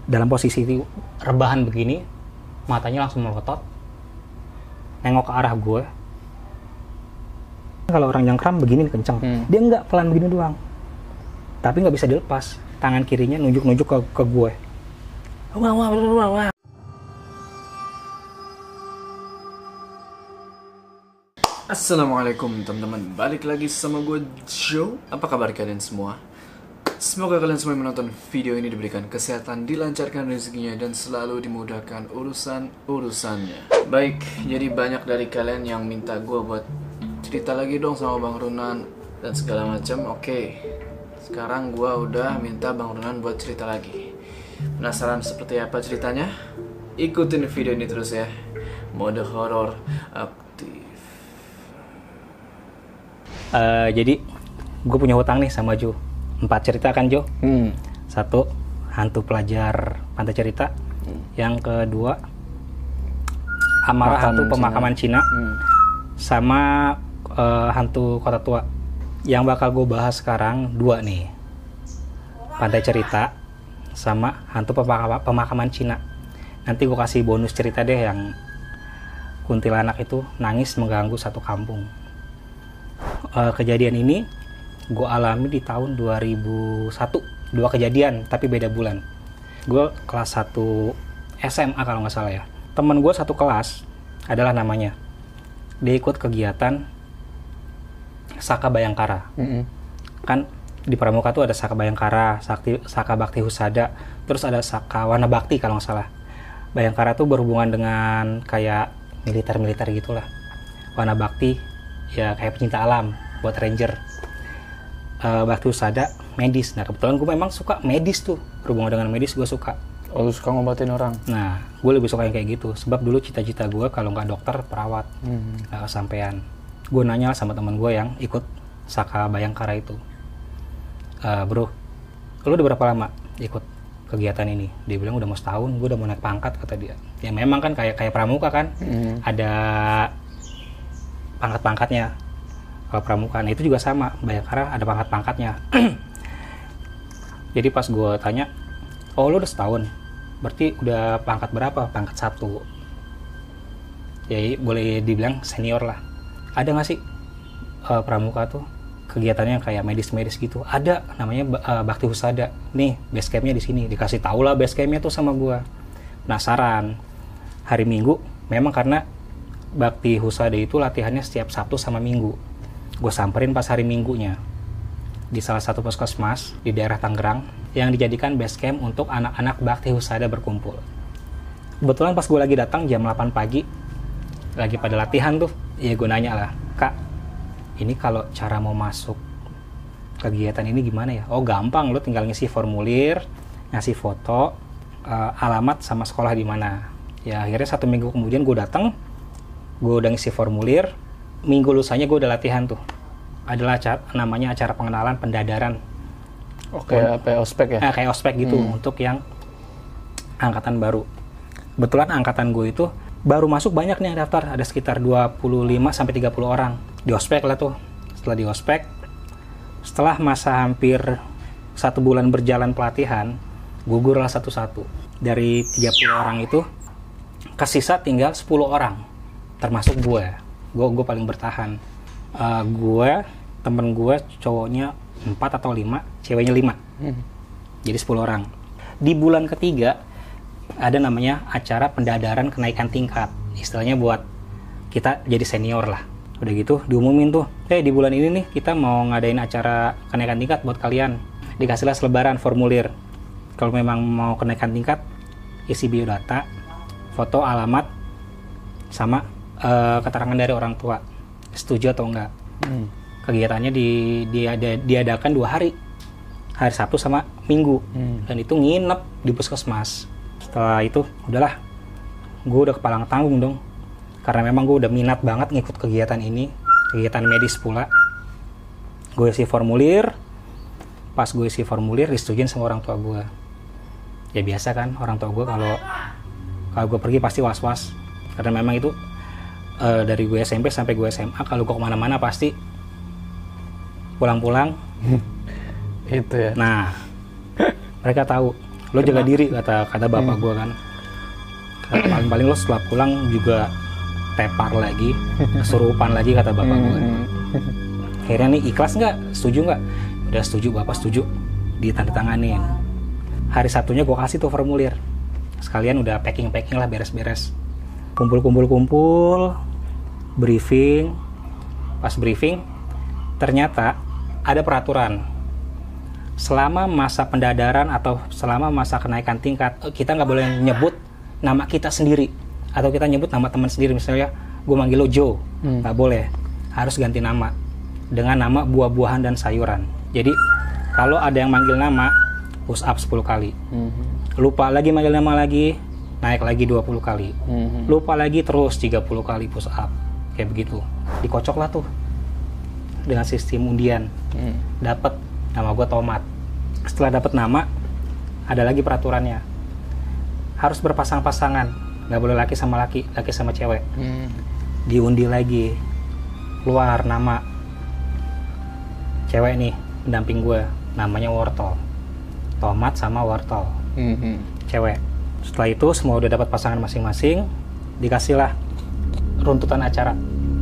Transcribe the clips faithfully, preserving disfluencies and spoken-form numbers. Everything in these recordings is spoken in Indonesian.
dalam posisi rebahan begini, matanya langsung melotot, nengok ke arah gue. Kalau orang yang kram begini kenceng, hmm. dia nggak, pelan begini doang. Tapi nggak bisa dilepas. Tangan kirinya nunjuk-nunjuk ke, ke gue. Wah, wah, wah, wah. Assalamualaikum teman-teman, balik lagi sama gue Joe. Apa kabar kalian semua? Semoga kalian semua yang menonton video ini diberikan kesehatan, dilancarkan rezekinya, dan selalu dimudahkan urusan-urusannya. Baik, jadi banyak dari kalian yang minta gue buat cerita lagi dong sama Bang Runan dan segala macam. Oke, sekarang gue udah minta Bang Runan buat cerita lagi. Penasaran seperti apa ceritanya? Ikutin video ini terus ya. Mode horor aktif. Uh, jadi gue punya hutang nih sama Jo. Empat cerita kan Jo? Hmm. Satu, hantu pelajar pantai cerita. Hmm. Yang kedua, amarah Makan hantu pemakaman Cina, Cina. Hmm. Sama uh, hantu kota tua. Yang bakal gue bahas sekarang dua nih, pantai cerita sama hantu pemakaman Cina. Nanti gue kasih bonus cerita deh yang kuntilanak itu nangis mengganggu satu kampung. Uh, kejadian ini gue alami di tahun dua ribu satu, dua kejadian tapi beda bulan. Gue kelas satu S M A kalau nggak salah ya. Temen gue satu kelas adalah namanya, dia ikut kegiatan Saka Bayangkara. Mm-hmm. Kan di Pramuka tuh ada Saka Bayangkara, Sakti, Saka Bakti Husada, terus ada Saka Wana Bakti kalau nggak salah. Bayangkara tuh berhubungan dengan kayak militer-militer gitulah. Wana Bakti ya kayak pecinta alam, buat ranger. Uh, Bakti Husada medis. Nah kebetulan gue memang suka medis tuh, berhubungan dengan medis gue suka. Oh, lu suka ngobatin orang? Nah gue lebih suka yang kayak gitu, sebab dulu cita-cita gue kalau nggak dokter perawat. hmm. Nggak kesampean. Gue nanya sama teman gue yang ikut Saka Bayangkara itu, uh, bro, lu udah berapa lama ikut kegiatan ini? Dia bilang udah mau setahun, gue udah mau naik pangkat kata dia. Ya memang kan kayak kayak pramuka kan, hmm. ada pangkat-pangkatnya. Kalau pramuka, nah itu juga sama, Bayangkara ada pangkat-pangkatnya. Jadi pas gue tanya, oh lu udah setahun, berarti udah pangkat berapa? Pangkat satu. Jadi boleh dibilang senior lah. Ada nggak sih uh, pramuka tuh kegiatannya kayak medis-medis gitu? Ada, namanya uh, Bakti Husada. Nih base campnya di sini. Dikasih tahu lah base campnya tuh sama gue. Penasaran. Hari Minggu, memang karena Bakti Husada itu latihannya setiap Sabtu sama Minggu. Gue samperin pas hari Minggunya di salah satu puskesmas di daerah Tangerang yang dijadikan base camp untuk anak-anak Bakti Husada berkumpul. Kebetulan pas gue lagi datang jam delapan pagi, lagi pada latihan tuh, ya gue nanya lah, Kak, ini kalau cara mau masuk kegiatan ini gimana ya? Oh gampang, lo tinggal ngisi formulir, ngasih foto, uh, alamat sama sekolah di mana. Ya akhirnya satu minggu kemudian gue datang, gue udah ngisi formulir. Minggu lusanya gue udah latihan tuh. Adalah acara, namanya acara pengenalan pendadaran. Oke, okay, kayak ospek ya? Nah, kayak ospek gitu, hmm. untuk yang angkatan baru. Kebetulan angkatan gue itu baru masuk banyak nih yang daftar. Ada sekitar dua puluh lima sampai tiga puluh orang. Di ospek lah tuh. Setelah di ospek, setelah masa hampir satu bulan berjalan pelatihan, gugur lah satu-satu. Dari tiga puluh orang itu, kesisa tinggal sepuluh orang. Termasuk gue. gue gue paling bertahan. uh, gue temen gue cowoknya empat atau lima, ceweknya lima. hmm. Jadi sepuluh orang. Di bulan ketiga ada namanya acara pendadaran kenaikan tingkat, istilahnya buat kita jadi senior lah. Udah gitu diumumin tuh, eh di bulan ini nih kita mau ngadain acara kenaikan tingkat buat kalian. Dikasihlah selebaran formulir, kalau memang mau kenaikan tingkat isi biodata, foto, alamat, sama Uh, keterangan dari orang tua, setuju atau enggak. hmm. Kegiatannya di, di, di, diadakan dua hari, hari Sabtu sama Minggu. hmm. Dan itu nginep di puskesmas. Setelah itu udahlah, gue udah kepalang tanggung dong, karena memang gue udah minat banget ngikut kegiatan ini, kegiatan medis pula. Gue isi formulir, pas gue isi formulir disetujuin sama orang tua gue. Ya biasa kan, orang tua gue kalau kalau gue pergi pasti was-was, karena memang itu Uh, dari gue S M P sampai gue S M A, kalau gue kemana-mana pasti pulang-pulang itu ya. Nah mereka tahu Lo jaga diri, kata kata bapak gue kan. Paling-paling lo setelah pulang juga tepar lagi, kesurupan lagi, kata bapak gue. Akhirnya nih, ikhlas nggak? Setuju nggak? Udah setuju, bapak setuju. Ditandatanganin. Hari Sabtunya gue kasih tuh formulir. Sekalian udah packing-packing lah, beres-beres. Kumpul-kumpul-kumpul, briefing. Pas briefing, ternyata ada peraturan. Selama masa pendadaran atau selama masa kenaikan tingkat, kita nggak boleh nyebut nama kita sendiri. Atau kita nyebut nama teman sendiri. Misalnya, gue manggil lo Joe. Hmm. Nggak boleh. Harus ganti nama. Dengan nama buah-buahan dan sayuran. Jadi, kalau ada yang manggil nama, push up sepuluh kali. Hmm. Lupa lagi manggil nama lagi, naik lagi dua puluh kali. Hmm. Lupa lagi terus tiga puluh kali push up. Kayak begitu. Dikocok lah tuh. Dengan sistem undian. Hmm. Dapat nama gue Tomat. Setelah dapat nama, ada lagi peraturannya. Harus berpasang-pasangan. Nggak boleh laki sama laki, laki sama cewek. Hmm. Diundi lagi. Keluar nama. Cewek nih, pendamping gue. Namanya Wortel. Tomat sama Wortel. Hmm. Cewek. Setelah itu, semua udah dapat pasangan masing-masing. Dikasihlah runtutan acara.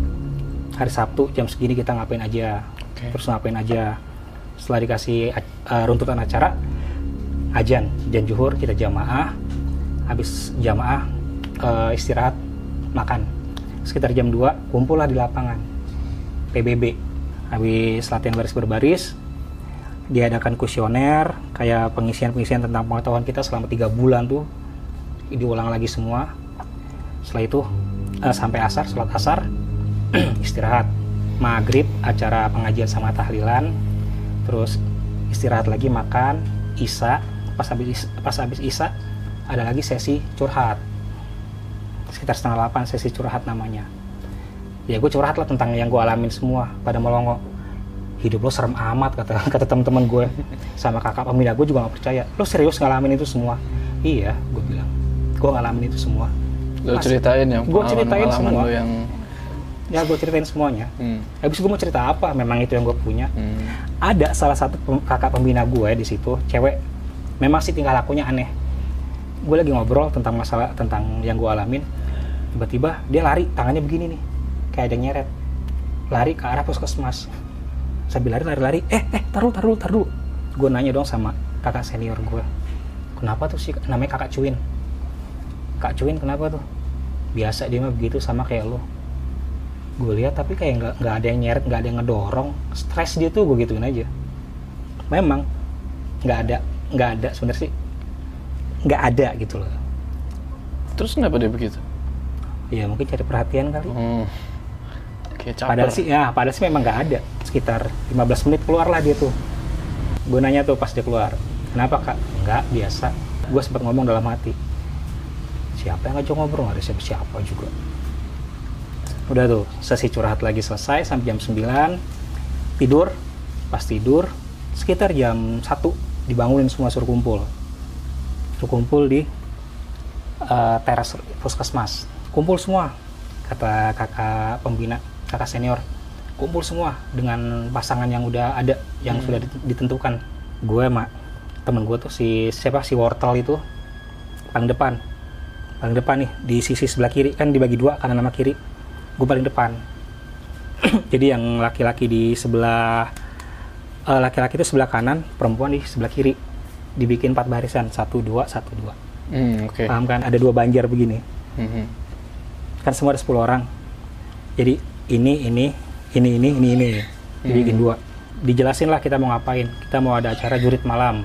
Hari Sabtu, jam segini kita ngapain aja. Okay. Terus ngapain aja. Setelah dikasih uh, runtutan acara, ajan, jan juhur, kita jamaah. Habis jamaah, uh, istirahat, makan. Sekitar jam dua, kumpul lah di lapangan. P B B. Habis latihan baris berbaris, diadakan kuesioner, kayak pengisian-pengisian tentang pengetahuan kita selama tiga bulan tuh. Diulang lagi semua. Setelah itu, uh, sampai asar, sholat asar, istirahat. Maghrib, acara pengajian sama tahlilan. Terus istirahat lagi, makan, isya. Pas habis pas habis isya ada lagi sesi curhat. Sekitar setengah delapan sesi curhat namanya. Ya gue curhat lah tentang yang gue alamin semua. Pada melongo, hidup lo serem amat, kata kata teman-teman gue. Sama kakak pembina gue juga nggak percaya. Lo serius ngalamin itu semua? Iya, gue bilang. Gue ngalamin itu semua. Lo Mas, ceritain yang gue ceritain semua. Lo yang... Ya gue ceritain semuanya. Hmm. Habis gue mau cerita apa? Memang itu yang gue punya. Hmm. Ada salah satu pem- kakak pembina gue di situ, cewek. Memang sih tingkah lakunya aneh. Gue lagi ngobrol tentang masalah tentang yang gue alamin. Tiba-tiba dia lari, tangannya begini nih, kayak ada nyeret. Lari ke arah puskesmas. Sambil lari, lari-lari. Eh, eh, taruh, taruh, taruh. Gue nanya dong sama kakak senior gue. Kenapa tuh sih? Namanya kakak Cuin. Kak Cuin kenapa tuh? Biasa dia mah begitu, sama kayak lo. Gue lihat tapi kayak nggak nggak ada yang nyeret, nggak ada yang ngedorong, stres dia tuh, gue gituin aja. Memang nggak ada nggak ada sebenarnya sih nggak ada gitu loh. Terus kenapa dia begitu? Ya mungkin cari perhatian kali. Hmm. Kayak caper. Padahal sih ya padahal sih memang nggak ada. Sekitar lima belas menit keluarlah dia tuh. Gue nanya tuh pas dia keluar, kenapa kak? Nggak, biasa. Gue sempat ngomong dalam hati, siapa yang ngajak ngobrol? Nggak ada siapa-siapa juga. Udah tuh, sesi curhat lagi selesai sampai jam sembilan, tidur. Pas tidur, sekitar jam satu, dibangunin semua, suruh kumpul. Suruh kumpul di uh, teras puskesmas. Kumpul semua, kata kakak pembina, kakak senior. Kumpul semua dengan pasangan yang udah ada, yang hmm. sudah ditentukan. Gue sama temen gue tuh, si siapa, si Wortel itu, paling depan. Paling depan nih, di sisi sebelah kiri, kan dibagi dua, kanan sama kiri. Gue paling depan. Jadi yang laki-laki di sebelah uh, laki-laki itu sebelah kanan, perempuan di sebelah kiri. Dibikin empat barisan, satu dua satu dua. Mm, okay. Paham kan? Ada dua banjar begini. Mm-hmm. Kan semua ada sepuluh orang. Jadi ini ini ini ini ini ini. Dibikin mm. dua. Dijelasin lah kita mau ngapain. Kita mau ada acara jurit malam.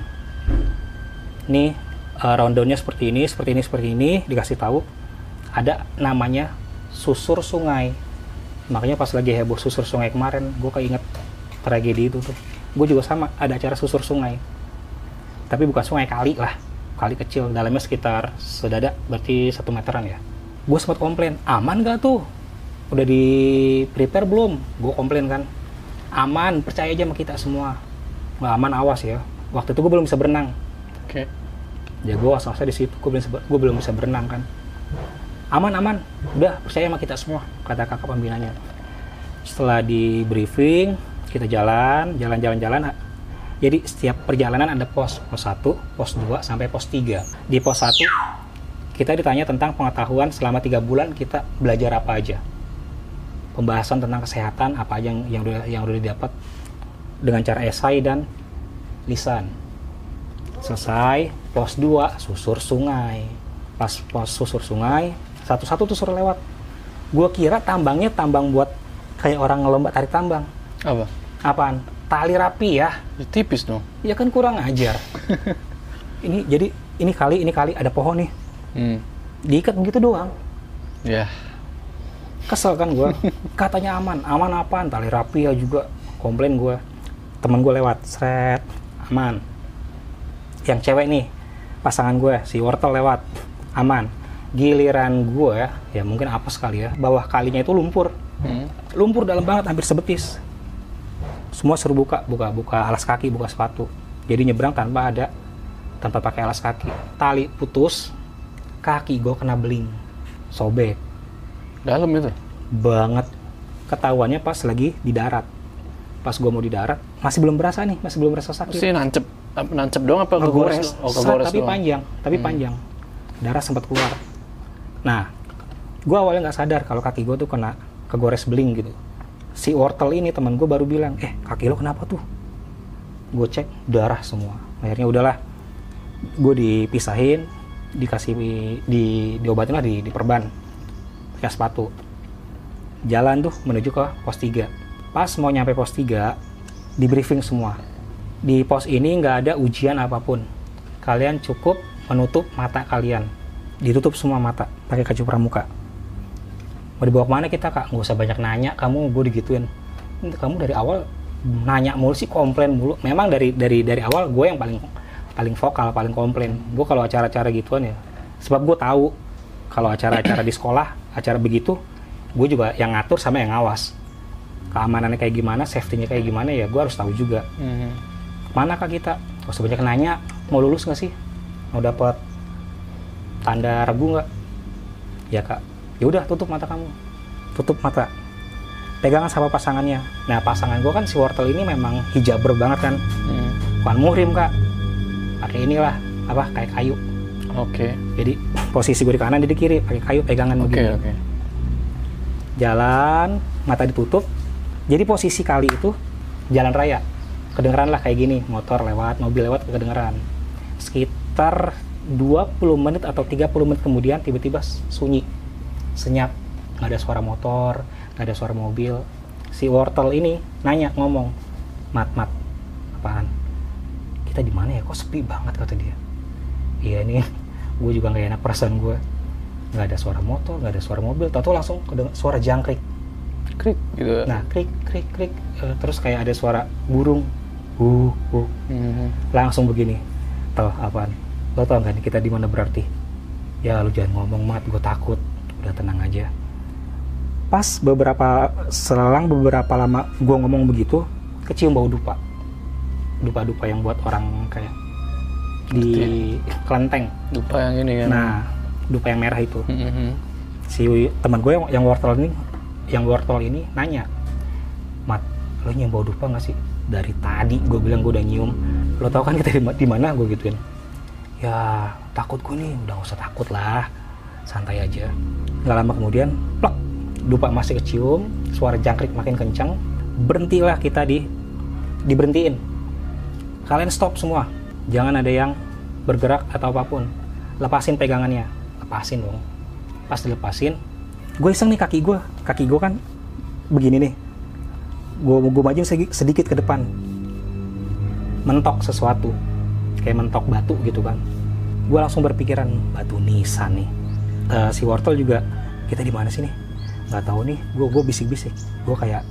Nih uh, rundown-nya seperti ini, seperti ini, seperti ini. Dikasih tahu. Ada namanya susur sungai. Makanya pas lagi heboh susur sungai kemarin, gue keinget tragedi itu tuh. Gue juga sama, ada acara susur sungai. Tapi bukan sungai, kali lah. Kali kecil, dalamnya sekitar sedada, berarti satu meteran ya. Gue sempat komplain, aman gak tuh? Udah di prepare belum? Gue komplain kan. Aman, percaya aja sama kita semua. Nggak aman, awas ya. Waktu itu gue belum bisa berenang. Oke. Okay. Ya gue was-wasnya di situ, gue belum, gue belum bisa berenang kan. Aman, aman, udah percaya sama kita semua, kata kakak pembinanya. Setelah di briefing, kita jalan, jalan-jalan-jalan. Jadi setiap perjalanan ada pos, pos satu, pos dua, sampai pos tiga. Di pos satu, kita ditanya tentang pengetahuan selama tiga bulan kita belajar apa aja. Pembahasan tentang kesehatan, apa aja yang, yang, udah, yang udah didapat dengan cara esai dan lisan. Selesai, pos dua, susur sungai. Pas pos susur sungai, satu-satu tuh suruh lewat. Gua kira tambangnya tambang buat kayak orang ngelomba tarik tambang. Apa? Apaan? Tali rapi ya. Ya, tipis dong. Ya kan kurang ajar. Ini jadi ini kali ini kali ada pohon nih. Hmm. Diikat begitu doang. Ya. Kesel kan gue. Katanya aman. Aman apaan? Tali rapi ya juga. Komplain gue. Temen gue lewat. Sret. Aman. Yang cewek nih. Pasangan gue. Si wortel lewat. Aman. Giliran gue. Ya mungkin apa sekali ya. Bawah kalinya itu lumpur. Hmm. Lumpur dalam banget. Hampir sebetis. Semua suruh buka, buka, buka alas kaki, buka sepatu. Jadi nyebrang tanpa ada, tanpa pakai alas kaki. Tali putus, kaki gue kena beling, sobek. Dalam itu? Banget. Ketahuannya pas lagi di darat. Pas gue mau di darat, masih belum berasa nih, masih belum berasa sakit. Masih nancep, nancep doang apa ngegores? Oh, kegores tapi doang. panjang, tapi hmm. panjang. Darah sempat keluar. Nah, gue awalnya nggak sadar kalau kaki gue tuh kena kegores beling gitu. Si wortel ini teman gue baru bilang, eh kaki lo kenapa tuh? Gue cek darah semua. Akhirnya udahlah, gue dipisahin, dikasih di diobatin lah di, di perban, pakai sepatu. Jalan tuh menuju ke pos tiga. Pas mau nyampe pos tiga, di briefing semua. Di pos ini nggak ada ujian apapun. Kalian cukup menutup mata kalian, ditutup semua mata pakai kacu pramuka. Mau dibawa kemana kita kak? Nggak usah banyak nanya, kamu gue digituin. Kamu dari awal nanya mulu sih, komplain mulu. Memang dari dari dari awal gue yang paling paling vokal, paling komplain. Gue kalau acara-acara gituan ya, sebab gue tahu kalau acara-acara di sekolah, acara begitu, gue juga yang ngatur sama yang ngawas. Keamanannya kayak gimana, safety-nya kayak gimana ya gue harus tahu juga. Hmm. Mana kak kita? Nggak usah banyak nanya, mau lulus nggak sih? Mau dapat tanda regu nggak? Ya kak. Ya udah tutup mata kamu, tutup mata, pegangan sama pasangannya. Nah pasangan gue kan si wortel ini memang hijaber banget kan, hmm. bukan muhrim kak, pakai inilah apa kayak kayu. Oke. Okay. Jadi posisi gue di kanan, dia di kiri, pakai kayu pegangan okay, begini. Oke okay. Jalan, mata ditutup. Jadi posisi kali itu jalan raya, kedengeran lah kayak gini, motor lewat, mobil lewat, kedengeran. Sekitar dua puluh menit atau tiga puluh menit kemudian tiba-tiba sunyi. Senyap, nggak ada suara motor, nggak ada suara mobil. Si wortel ini nanya, ngomong, mat mat, apaan? Kita di mana ya? Kok sepi banget kata dia. Iya nih, gue juga nggak enak perasaan gue. Nggak ada suara motor, nggak ada suara mobil. Tahu-tahu langsung kedengar suara jangkrik, krik gitu. Nah krik krik krik, uh, terus kayak ada suara burung, uh uh. Hmm. Langsung begini, tahu apaan? Lo tau nggak nih kita di mana berarti? Ya lu jangan ngomong mat, gue takut. Udah tenang aja. Pas beberapa selang beberapa lama gue ngomong begitu, kecium bau dupa, dupa-dupa yang buat orang kayak di kelenteng. Dupa yang ini kan? Nah, dupa yang merah itu. Mm-hmm. Si teman gue yang, yang wortel ini, yang wortel ini nanya, mat, lo nyium bau dupa nggak sih? Dari tadi gue bilang gue udah nyium. Lo tau kan kita di mana? Gue gituin. Ya takut gue nih, udah gak usah takut lah. Santai aja. Nggak lama kemudian, plak, dupa masih kecium, suara jangkrik makin kencang. Berhentilah kita di diberhentiin. Kalian stop semua, jangan ada yang bergerak atau apapun. Lepasin pegangannya, lepasin dong. Pas dilepasin, gue iseng nih kaki gue, kaki gue kan begini nih. Gue gue majuin sedikit ke depan, mentok sesuatu, kayak mentok batu gitu kan. Gue langsung berpikiran batu nisan nih. Uh, si wortel juga, kita di mana sih nih? Nggak tahu nih. Gue gue bisik-bisik. Gue kayak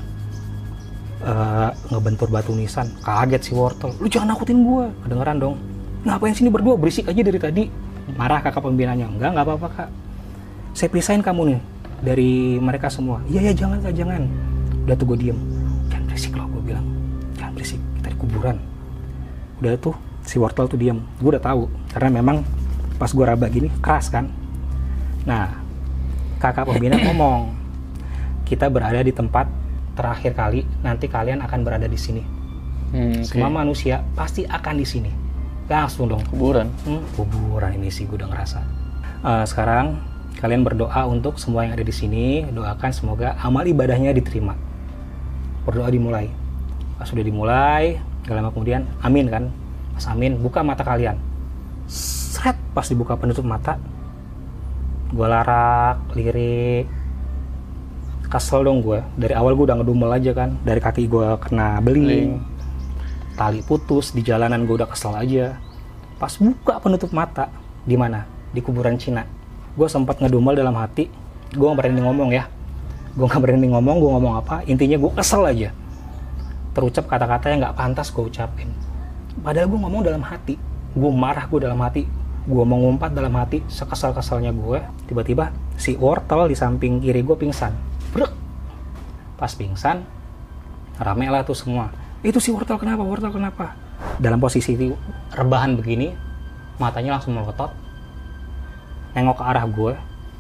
uh, ngebentur batu nisan. Kaget si wortel. Lu jangan nakutin gue. Kedengeran dong. Ngapain sini berdua? Berisik aja dari tadi. Marah kakak pembinanya. Enggak, nggak apa-apa kak. Saya pisahin kamu nih dari mereka semua. Iya ya jangan kak jangan. Udah tuh gue diem. Jangan berisik loh gue bilang. Jangan berisik. Kita di kuburan. Udah tuh si wortel tuh diem. Gue udah tahu karena memang pas gue raba gini keras kan. Nah, kakak pembina ngomong, kita berada di tempat terakhir kali, nanti kalian akan berada di sini. Hmm, Semua okay. manusia pasti akan di sini. Langsung dong. Kuburan. Hmm, kuburan ini sih gue udah ngerasa. Uh, sekarang kalian berdoa untuk semua yang ada di sini. Doakan semoga amal ibadahnya diterima. Berdoa dimulai. Pas sudah dimulai, gak lama kemudian, amin kan. Pas amin, buka mata kalian. Seret, pas dibuka penutup mata, gue larak, lirik. Kesel dong gue. Dari awal gue udah ngedumel aja kan. Dari kaki gue kena beling. Tali putus, di jalanan gue udah kesel aja. Pas buka penutup mata, di mana? Di kuburan Cina. Gue sempat ngedumel dalam hati. Gue gak berani ngomong ya. Gue gak berani ngomong, gue ngomong apa. Intinya gue kesel aja. Terucap kata-kata yang gak pantas gue ucapin. Padahal gue ngomong dalam hati. Gue marah gue dalam hati. Gue mengumpat dalam hati. Sekesal-kesalnya gue. Tiba-tiba si wortel di samping kiri gue pingsan. Brek. Pas pingsan, rame lah tuh semua. Itu si wortel kenapa, wortel kenapa? Dalam posisi rebahan begini, matanya langsung melotot, nengok ke arah gue,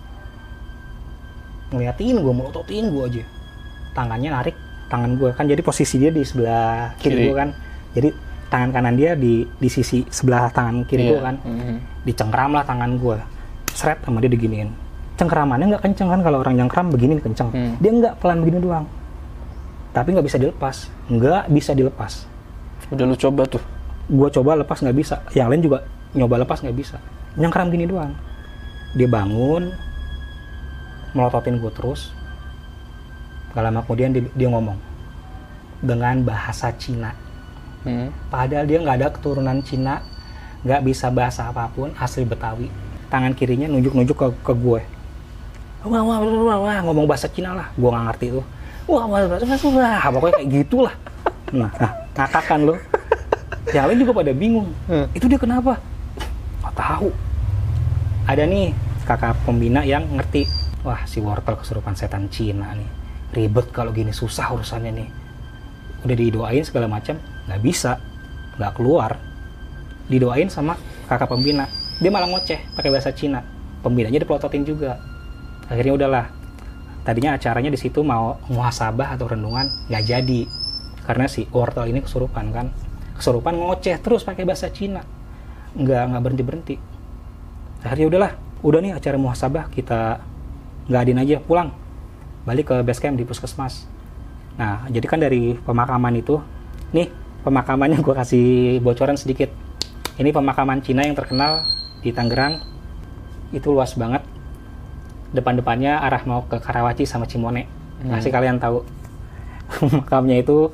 ngeliatin gue, melototin gue aja. Tangannya narik tangan gue, kan jadi posisi dia di sebelah kiri, kiri. gue kan. Jadi tangan kanan dia di di sisi sebelah tangan kiri yeah. gue kan. Mm-hmm. Dicengkram lah tangan gue, seret sama dia diginiin. Cengkramannya nggak kenceng kan, kalau orang cengkram begini kenceng. Mm. Dia nggak, pelan begini doang. Tapi nggak bisa dilepas, nggak bisa dilepas. Udah lu coba tuh? Gue coba lepas nggak bisa, yang lain juga nyoba lepas nggak bisa. Nyengkram gini doang. Dia bangun, melototin gue terus. Gak lama kemudian dia, dia ngomong dengan bahasa Cina. Hmm. Padahal dia nggak ada keturunan Cina, nggak bisa bahasa apapun, asli Betawi. Tangan kirinya nunjuk-nunjuk ke, ke gue. Wah, wah, wah, wah, ngomong bahasa Cina lah, gue nggak ngerti tuh. Wah, wah, wah, wah, pokoknya kayak gitulah. Nah, nah ngakak kan lo. Yang lain juga pada bingung. Hmm. Itu dia kenapa? Nggak tahu. Ada nih kakak pembina yang ngerti. Wah, si wortel kesurupan setan Cina nih. Ribet kalau gini, susah urusannya nih. Udah didoain segala macam, nggak bisa, nggak keluar. Didoain sama kakak pembina. Dia malah ngoceh pakai bahasa Cina. Pembinanya dipelototin juga. Akhirnya udahlah. Tadinya acaranya di situ mau muhasabah atau renungan, nggak jadi karena si wortel ini kesurupan kan, kesurupan ngoceh terus pakai bahasa Cina, nggak nggak berhenti berhenti. Akhirnya udahlah, udah nih acara muhasabah kita nggak adin aja, pulang, balik ke base camp di puskesmas. Nah jadi kan dari pemakaman itu, nih pemakamannya gue kasih bocoran sedikit. Ini pemakaman Cina yang terkenal di Tangerang, itu luas banget. Depan-depannya arah mau ke Karawaci sama Cimone. Hmm. Pasti kalian tahu. Makamnya itu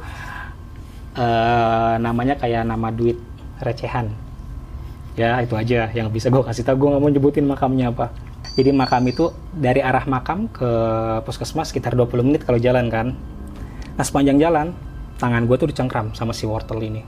uh, namanya kayak nama duit recehan. Ya itu aja yang bisa gue kasih tahu. Gue nggak mau nyebutin makamnya apa. Jadi makam itu dari arah makam ke puskesmas sekitar dua puluh menit kalau jalan kan. Nah sepanjang jalan tangan gue tuh dicengkram sama si wortel ini.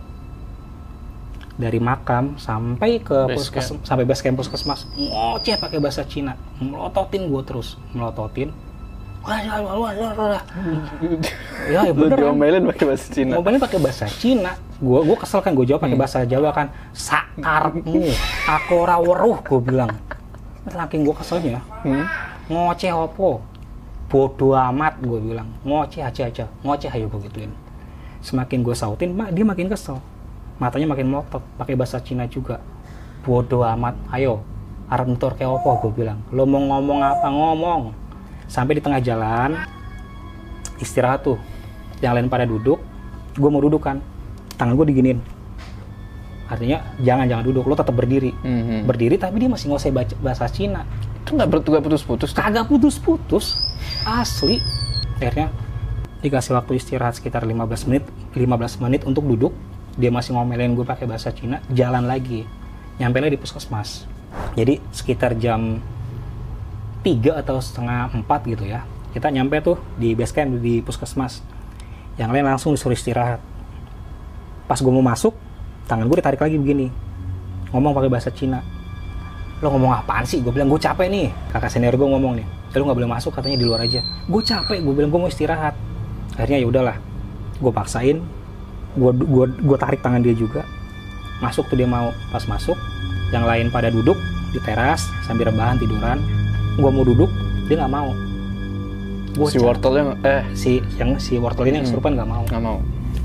Dari makam sampai ke puskesmas, sampai base camp puskesmas, ngoceh pakai bahasa Cina, melototin gue terus, melototin. Wah, wah, wah, wah, wah. Ya, ya bener. Lu diomelin pakai bahasa Cina. Ngomelin pakai bahasa Cina. Gue gue kesel kan, gue jawab pakai hmm. bahasa Jawa kan. Sakarmu, aku ora weruh, gue bilang. Saking gue keselnya. Hmm. Ngoceh opo? Bodoh amat, gue bilang. Ngoceh aja aja, ngoceh ayo gue gituin. Semakin gue sautin, mak dia makin kesel. Matanya makin melotot, pakai bahasa Cina juga. Bodoh amat, ayo, arep nutur ke opo, gue bilang. Lo mau ngomong apa, ngomong. Sampai di tengah jalan, istirahat tuh. Yang lain pada duduk, gue mau duduk kan. Tangan gue diginiin. Artinya, jangan-jangan duduk, lo tetap berdiri. Mm-hmm. Berdiri, tapi dia masih ngoseh bahasa Cina. Itu nggak putus-putus? Kagak putus-putus, asli. Akhirnya, dikasih waktu istirahat sekitar lima belas menit, lima belas menit untuk duduk. Dia masih ngomelin gue pakai bahasa Cina, jalan lagi, nyampe lagi di puskesmas. Jadi sekitar jam tiga atau setengah empat gitu ya, kita nyampe tuh di base camp di puskesmas. Yang lain langsung disuruh istirahat. Pas gue mau masuk, tangan gue ditarik lagi begini, ngomong pakai bahasa Cina. Lo ngomong apaan sih? Gue bilang gue capek nih. Kakak senior gue ngomong nih, lo nggak boleh masuk, katanya di luar aja. Gue capek, gue bilang gue mau istirahat. Akhirnya ya udahlah, gue paksain. Gue gue gue tarik tangan dia juga, masuk tuh dia mau. Pas masuk, yang lain pada duduk di teras sambil rebahan tiduran. Gue mau duduk, dia nggak mau. Gua si wortel yang eh si yang si wortel ini yang kesurupan nggak mau. Nggak mau.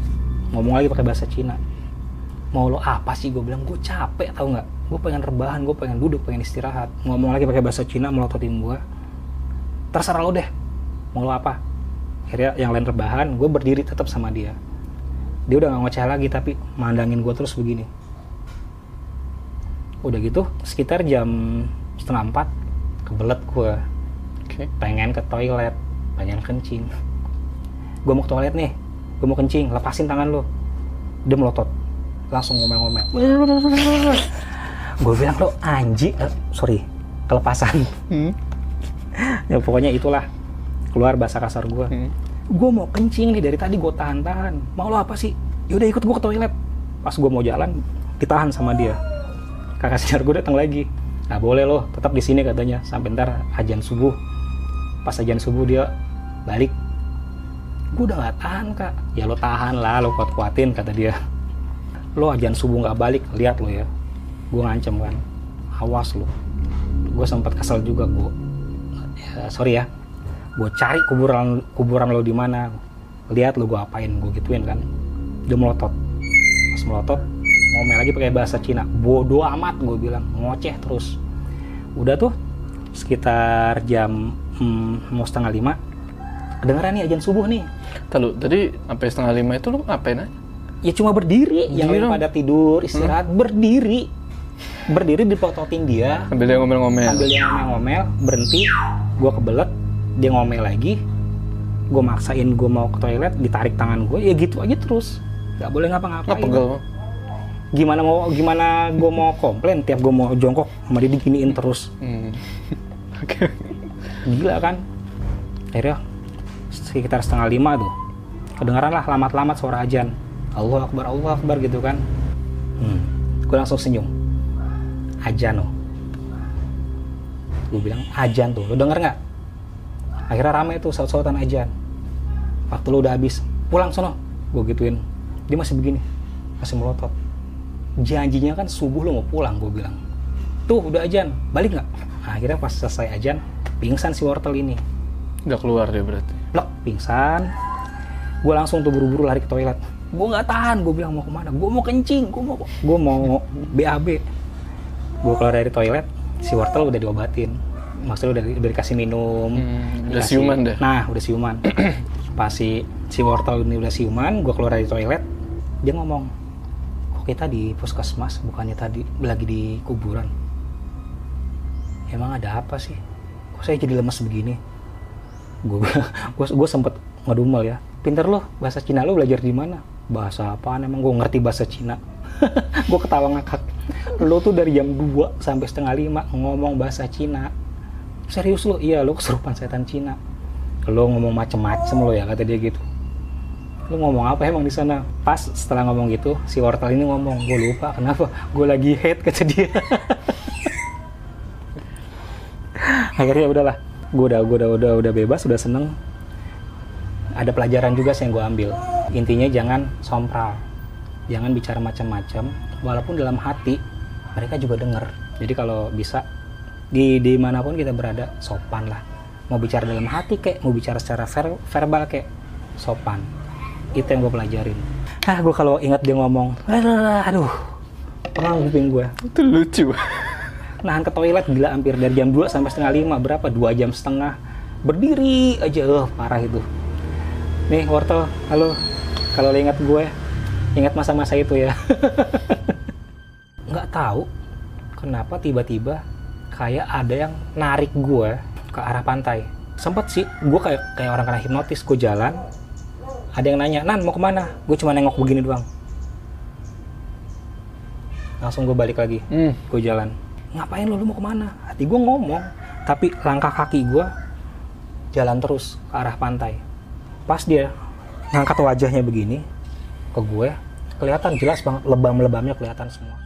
ngomong lagi pakai bahasa Cina. Mau lo apa sih, gue bilang. Gue capek tau nggak, gue pengen rebahan, gue pengen duduk, pengen istirahat. Ngomong lagi pakai bahasa Cina, melototin gue. Terserah lo deh, mau lo apa. Akhirnya yang lain rebahan, gue berdiri tetap sama dia. Dia udah gak ngoceh lagi, tapi mandangin gue terus begini. Udah gitu sekitar jam setengah empat, kebelet gue. Okay. Pengen ke toilet, pengen kencing. Gue mau ke toilet nih, gue mau kencing, lepasin tangan lo. Dia melotot, langsung ngomel-ngomel. Gue bilang, lo anjing, eh, sorry, kelepasan. Hmm? Ya pokoknya itulah, keluar bahasa kasar gue. Hmm. Gue mau kencing nih, dari tadi gue tahan-tahan. Mau lo apa sih? Yaudah ikut gue ke toilet. Pas gue mau jalan, ditahan sama dia. Kakak senior gue datang lagi. Nah boleh lo, tetap di sini katanya, sampai ntar ajan subuh. Pas ajan subuh dia balik. Gue udah nggak tahan kak. Ya lo tahan lah, lo kuat-kuatin kata dia. Lo ajan subuh nggak balik, lihat lo ya. Gue ngancem kan, awas lo. Gue sempat kesel juga gue. Ya, sorry ya, gue cari kuburan kuburan lo di mana. Lihat lo gue apain, gue gituin kan. Dia melotot. Pas melotot, ngomel lagi pakai bahasa Cina. Bodoh amat gue bilang, ngoceh terus. Udah tuh sekitar jam hmm, mau setengah lima. Kedengeran nih ajan subuh nih. Lalu tadi sampai setengah lima itu lu ngapain aja? Ya cuma berdiri, yang lain pada tidur, istirahat, hmm. berdiri. Berdiri dipototin dia. Sambil dia ngomel-ngomel. Sambil dia ngomel-ngomel, berhenti. Gue kebelet, dia ngomel lagi. Gue maksain gue mau ke toilet, ditarik tangan gue, ya gitu aja terus. Gak boleh ngapa-ngapain. Nggak pegel. Gimana mau gimana gue mau komplain tiap gue mau jongkok sama dia diginiin terus. Hmm. Oke. Gila kan? Akhirnya sekitar setengah lima tuh kedengaran lah lamat-lamat suara ajan. Allah Akbar, Allah Akbar gitu kan. Hmm. Gue langsung senyum. Ajan loh. Gue bilang ajan tuh, lo denger nggak? Akhirnya rame tuh saut-sautan ajan. Waktu lo udah habis, pulang sono. Gue gituin. Dia masih begini, masih melotot. Janjinya kan subuh lo mau pulang, gue bilang. Tuh udah ajan, balik nggak? Nah, akhirnya pas selesai ajan, pingsan si wortel ini. Udah keluar dia berarti? Blok, pingsan. Gue langsung tuh buru-buru lari ke toilet. Gue nggak tahan, gue bilang mau kemana? Gue mau kencing, gue mau, gue mau B A B. Gue keluar dari toilet, si wortel udah diobatin. Maksudnya udah, udah dikasih minum. Hmm, udah dikasih, siuman deh. Nah, udah siuman. Pas si si wortel ini udah siuman, gue keluar dari toilet, dia ngomong, kok kita di puskesmas, bukannya tadi lagi di kuburan? Emang ada apa sih? Kok saya jadi lemes begini? Gue gue gue sempet ngedumel ya. Pinter lo, bahasa Cina lo belajar di mana? Bahasa apaan emang? Gue ngerti bahasa Cina. Gue ketawa ngakak. Lo tuh dari jam dua sampai setengah lima ngomong bahasa Cina. Serius lo? Iya, lo kesurupan setan Cina. Lo ngomong macem-macem lo ya, kata dia gitu. Lo ngomong apa emang di sana? Pas setelah ngomong gitu, si wortel ini ngomong, gue lupa kenapa. Gue lagi hate, kata dia. Akhirnya udahlah. Gue udah, gue udah, udah, udah bebas, udah seneng. Ada pelajaran juga sih yang gue ambil. Intinya jangan sompral, jangan bicara macam-macam. Walaupun dalam hati mereka juga dengar. Jadi kalau bisa di dimanapun kita berada sopan lah. Mau bicara dalam hati kek, mau bicara secara ver, verbal kek, sopan. Itu yang gue pelajarin. Ah, gue kalau ingat dia ngomong, aduh, pengang kuping gue. Itu lucu. Nahan ke toilet gila, hampir dari jam dua sampai setengah lima, berapa? dua jam setengah. Berdiri aja, uh, parah itu. Nih wortel, halo. Kalau lo ingat gue, ingat masa-masa itu ya. Nggak tahu kenapa tiba-tiba kayak ada yang narik gue ke arah pantai. Sempet sih, gue kayak kayak orang kena hipnotis. Gue jalan, ada yang nanya, Nan mau kemana? Gue cuma nengok begini doang. Langsung gue balik lagi, hmm. gue jalan. Ngapain lo, lo mau kemana? Hati gue ngomong, tapi langkah kaki gue jalan terus ke arah pantai. Pas dia ngangkat wajahnya begini ke gue, kelihatan jelas banget lebam-lebamnya kelihatan semua.